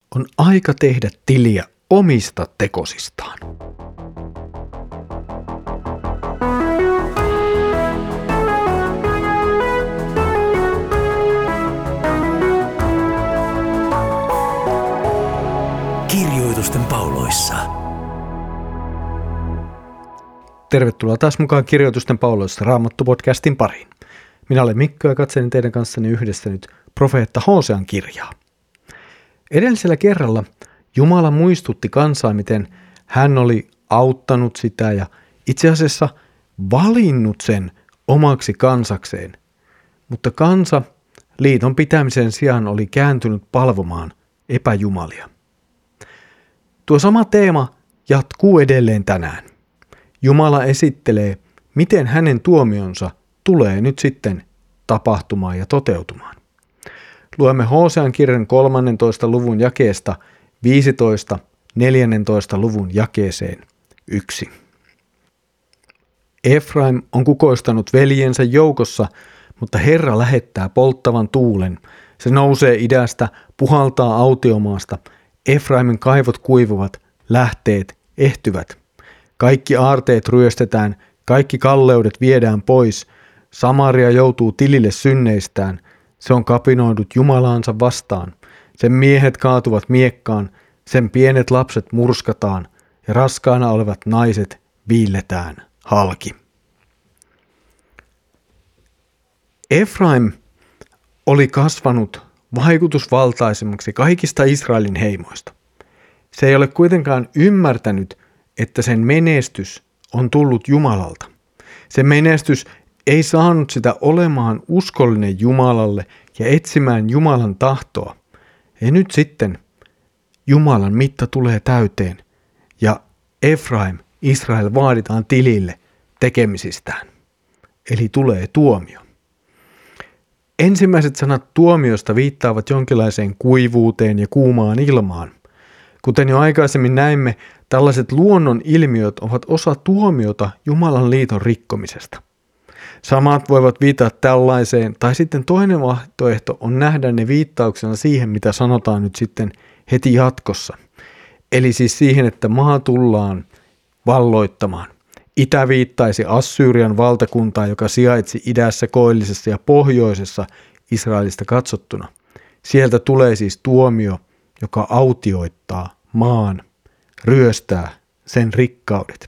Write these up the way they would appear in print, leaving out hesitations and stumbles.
On aika tehdä tiliä omista tekosistaan. Kirjoitusten pauloissa. Tervetuloa taas mukaan Kirjoitusten pauloissa Raamattu-podcastin pariin. Minä olen Mikko ja katselen teidän kanssani yhdessä nyt profeetta Hosean kirjaa. Edellisellä kerralla Jumala muistutti kansaa, miten hän oli auttanut sitä ja itse asiassa valinnut sen omaksi kansakseen. Mutta kansa liiton pitämisen sijaan oli kääntynyt palvomaan epäjumalia. Tuo sama teema jatkuu edelleen tänään. Jumala esittelee, miten hänen tuomionsa tulee nyt sitten tapahtumaan ja toteutumaan. Luemme Hosean kirjan 13. luvun jakeesta 15 14. luvun jakeeseen 1. Efraim on kukoistanut veljensä joukossa, mutta Herra lähettää polttavan tuulen. Se nousee idästä, puhaltaa autiomaasta. Efraimin kaivot kuivuvat, lähteet ehtyvät. Kaikki aarteet ryöstetään, kaikki kalleudet viedään pois. Samaria joutuu tilille synneistään. Se on kapinoidut Jumalaansa vastaan. Sen miehet kaatuvat miekkaan, sen pienet lapset murskataan ja raskaana olevat naiset viilletään halki. Efraim oli kasvanut vaikutusvaltaisemmaksi kaikista Israelin heimoista. Se ei ole kuitenkaan ymmärtänyt, että sen menestys on tullut Jumalalta. Sen menestys ei saanut sitä olemaan uskollinen Jumalalle ja etsimään Jumalan tahtoa. Ja nyt sitten Jumalan mitta tulee täyteen ja Efraim, Israel vaaditaan tilille tekemisistään. Eli tulee tuomio. Ensimmäiset sanat tuomiosta viittaavat jonkinlaiseen kuivuuteen ja kuumaan ilmaan. Kuten jo aikaisemmin näimme, tällaiset luonnon ilmiöt ovat osa tuomiota Jumalan liiton rikkomisesta. Samat voivat viitata tällaiseen, tai sitten toinen vaihtoehto on nähdä ne viittauksena siihen, mitä sanotaan nyt sitten heti jatkossa. Eli siis siihen, että maa tullaan valloittamaan. Itä viittaisi Assyrian valtakuntaa, joka sijaitsi idässä, koillisessa ja pohjoisessa Israelista katsottuna. Sieltä tulee siis tuomio, joka autioittaa maan, ryöstää sen rikkaudet.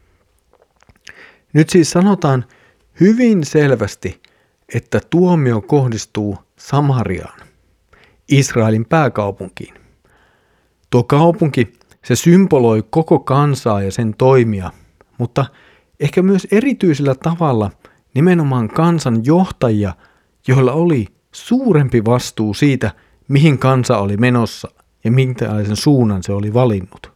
Nyt siis sanotaan hyvin selvästi, että tuomio kohdistuu Samariaan, Israelin pääkaupunkiin. Tuo kaupunki, se symboloi koko kansaa ja sen toimia, mutta ehkä myös erityisellä tavalla nimenomaan kansan johtajia, joilla oli suurempi vastuu siitä, mihin kansa oli menossa ja minkälaisen suunnan se oli valinnut.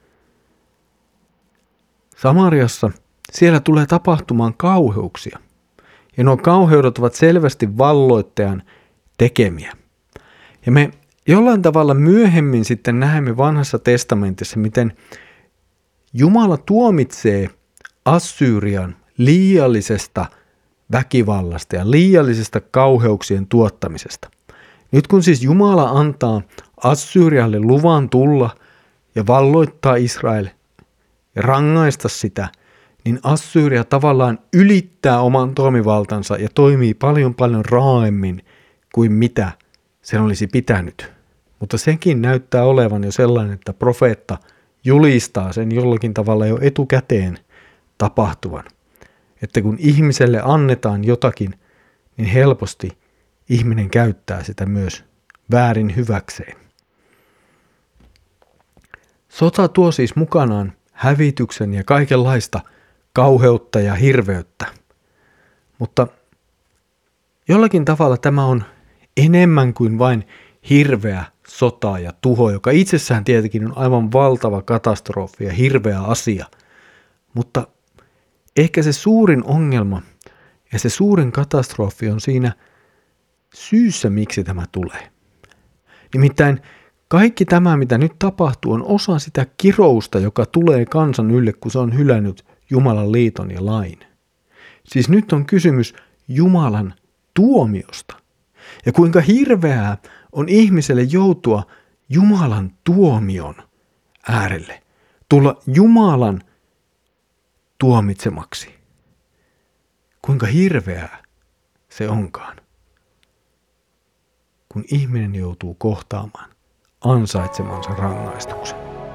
Samariassa siellä tulee tapahtumaan kauheuksia, ja nuo kauheudet ovat selvästi valloittajan tekemiä. Ja me jollain tavalla myöhemmin sitten näemme vanhassa testamentissa, miten Jumala tuomitsee Assyrian liiallisesta väkivallasta ja liiallisesta kauheuksien tuottamisesta. Nyt kun siis Jumala antaa Assyrialle luvan tulla ja valloittaa Israel ja rangaista sitä, niin Assyria tavallaan ylittää oman toimivaltansa ja toimii paljon raaemmin kuin mitä sen olisi pitänyt. Mutta sekin näyttää olevan jo sellainen, että profeetta julistaa sen jollakin tavalla jo etukäteen tapahtuvan. Että kun ihmiselle annetaan jotakin, niin helposti ihminen käyttää sitä myös väärin hyväkseen. Sota tuo siis mukanaan hävityksen ja kaikenlaista kauheutta ja hirveyttä. Mutta jollakin tavalla tämä on enemmän kuin vain hirveä sota ja tuho, joka itsessään tietenkin on aivan valtava katastrofi ja hirveä asia. Mutta ehkä se suurin ongelma ja se suurin katastrofi on siinä syyssä, miksi tämä tulee. Nimittäin kaikki tämä, mitä nyt tapahtuu, on osa sitä kirousta, joka tulee kansan ylle, kun se on hylännyt Jumalan liiton ja lain. Siis nyt on kysymys Jumalan tuomiosta. Ja kuinka hirveää on ihmiselle joutua Jumalan tuomion äärelle, tulla Jumalan tuomitsemaksi. Kuinka hirveää se onkaan, kun ihminen joutuu kohtaamaan ansaitsemansa rangaistuksen.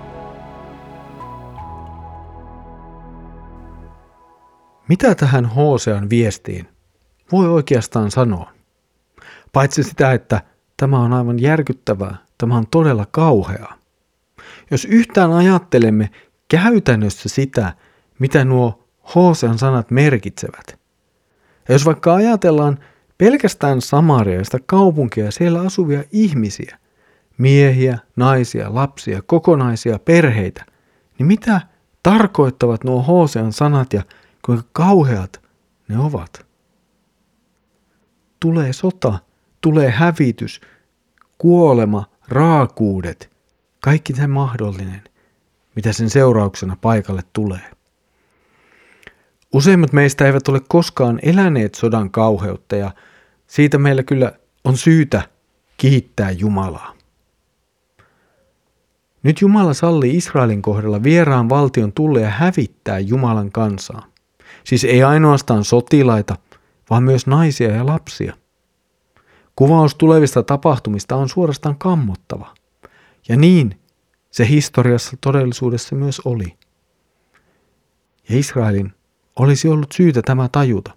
Mitä tähän Hosean viestiin voi oikeastaan sanoa? Paitsi sitä, että tämä on aivan järkyttävää, tämä on todella kauheaa. Jos yhtään ajattelemme käytännössä sitä, mitä nuo Hosean sanat merkitsevät. Ja jos vaikka ajatellaan pelkästään Samariasta kaupunkia ja siellä asuvia ihmisiä, miehiä, naisia, lapsia, kokonaisia perheitä, niin mitä tarkoittavat nuo Hosean sanat ja kuinka kauheat ne ovat? Tulee sota, tulee hävitys, kuolema, raakuudet, kaikki se mahdollinen, mitä sen seurauksena paikalle tulee. Useimmat meistä eivät ole koskaan eläneet sodan kauheutta ja siitä meillä kyllä on syytä kiittää Jumalaa. Nyt Jumala sallii Israelin kohdalla vieraan valtion tulla ja hävittää Jumalan kansaa. Siis ei ainoastaan sotilaita, vaan myös naisia ja lapsia. Kuvaus tulevista tapahtumista on suorastaan kammottava. Ja niin se historiassa todellisuudessa myös oli. Ja Israelin olisi ollut syytä tämä tajuta.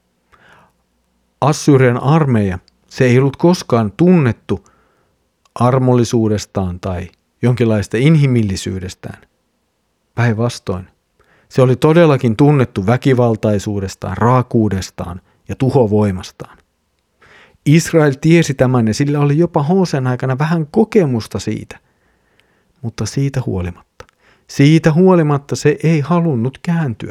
Assyrian armeija, se ei ollut koskaan tunnettu armollisuudestaan tai jonkinlaista inhimillisyydestään. Päinvastoin. Se oli todellakin tunnettu väkivaltaisuudestaan, raakuudestaan ja tuhovoimastaan. Israel tiesi tämän ja sillä oli jopa Hosean aikana vähän kokemusta siitä. Mutta siitä huolimatta se ei halunnut kääntyä.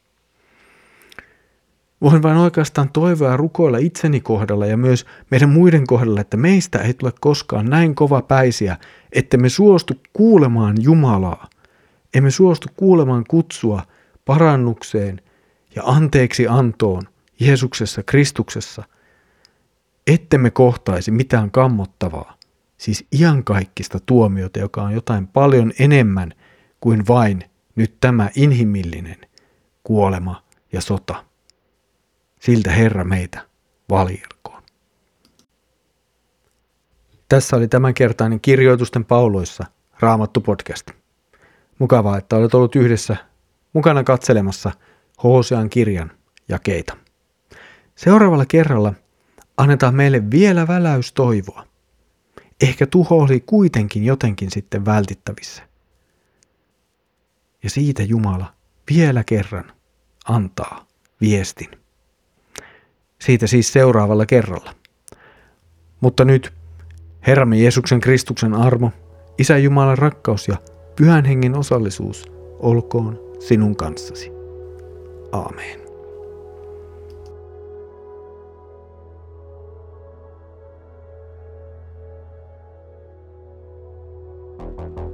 Voin vain oikeastaan toivoa ja rukoilla itseni kohdalla ja myös meidän muiden kohdalla, että meistä ei tule koskaan näin kovapäisiä, että me suostu kuulemaan Jumalaa. Emme suostu kuulemaan kutsua parannukseen ja anteeksi antoon Jeesuksessa Kristuksessa, ettemme kohtaisi mitään kammottavaa, siis iankaikkista tuomiota, joka on jotain paljon enemmän kuin vain nyt tämä inhimillinen kuolema ja sota. Siltä Herra meitä valjelkoon. Tässä oli tämänkertainen Kirjoitusten pauloissa Raamattu podcast. Mukavaa, että olet ollut yhdessä mukana katselemassa Hosean kirjan jakeita. Seuraavalla kerralla annetaan meille vielä väläys toivoa. Ehkä tuho oli kuitenkin jotenkin sitten vältittävissä. Ja siitä Jumala vielä kerran antaa viestin. Siitä siis seuraavalla kerralla. Mutta nyt Herramme Jeesuksen Kristuksen armo, Isä Jumalan rakkaus ja Pyhän Hengen osallisuus olkoon sinun kanssasi. Aamen.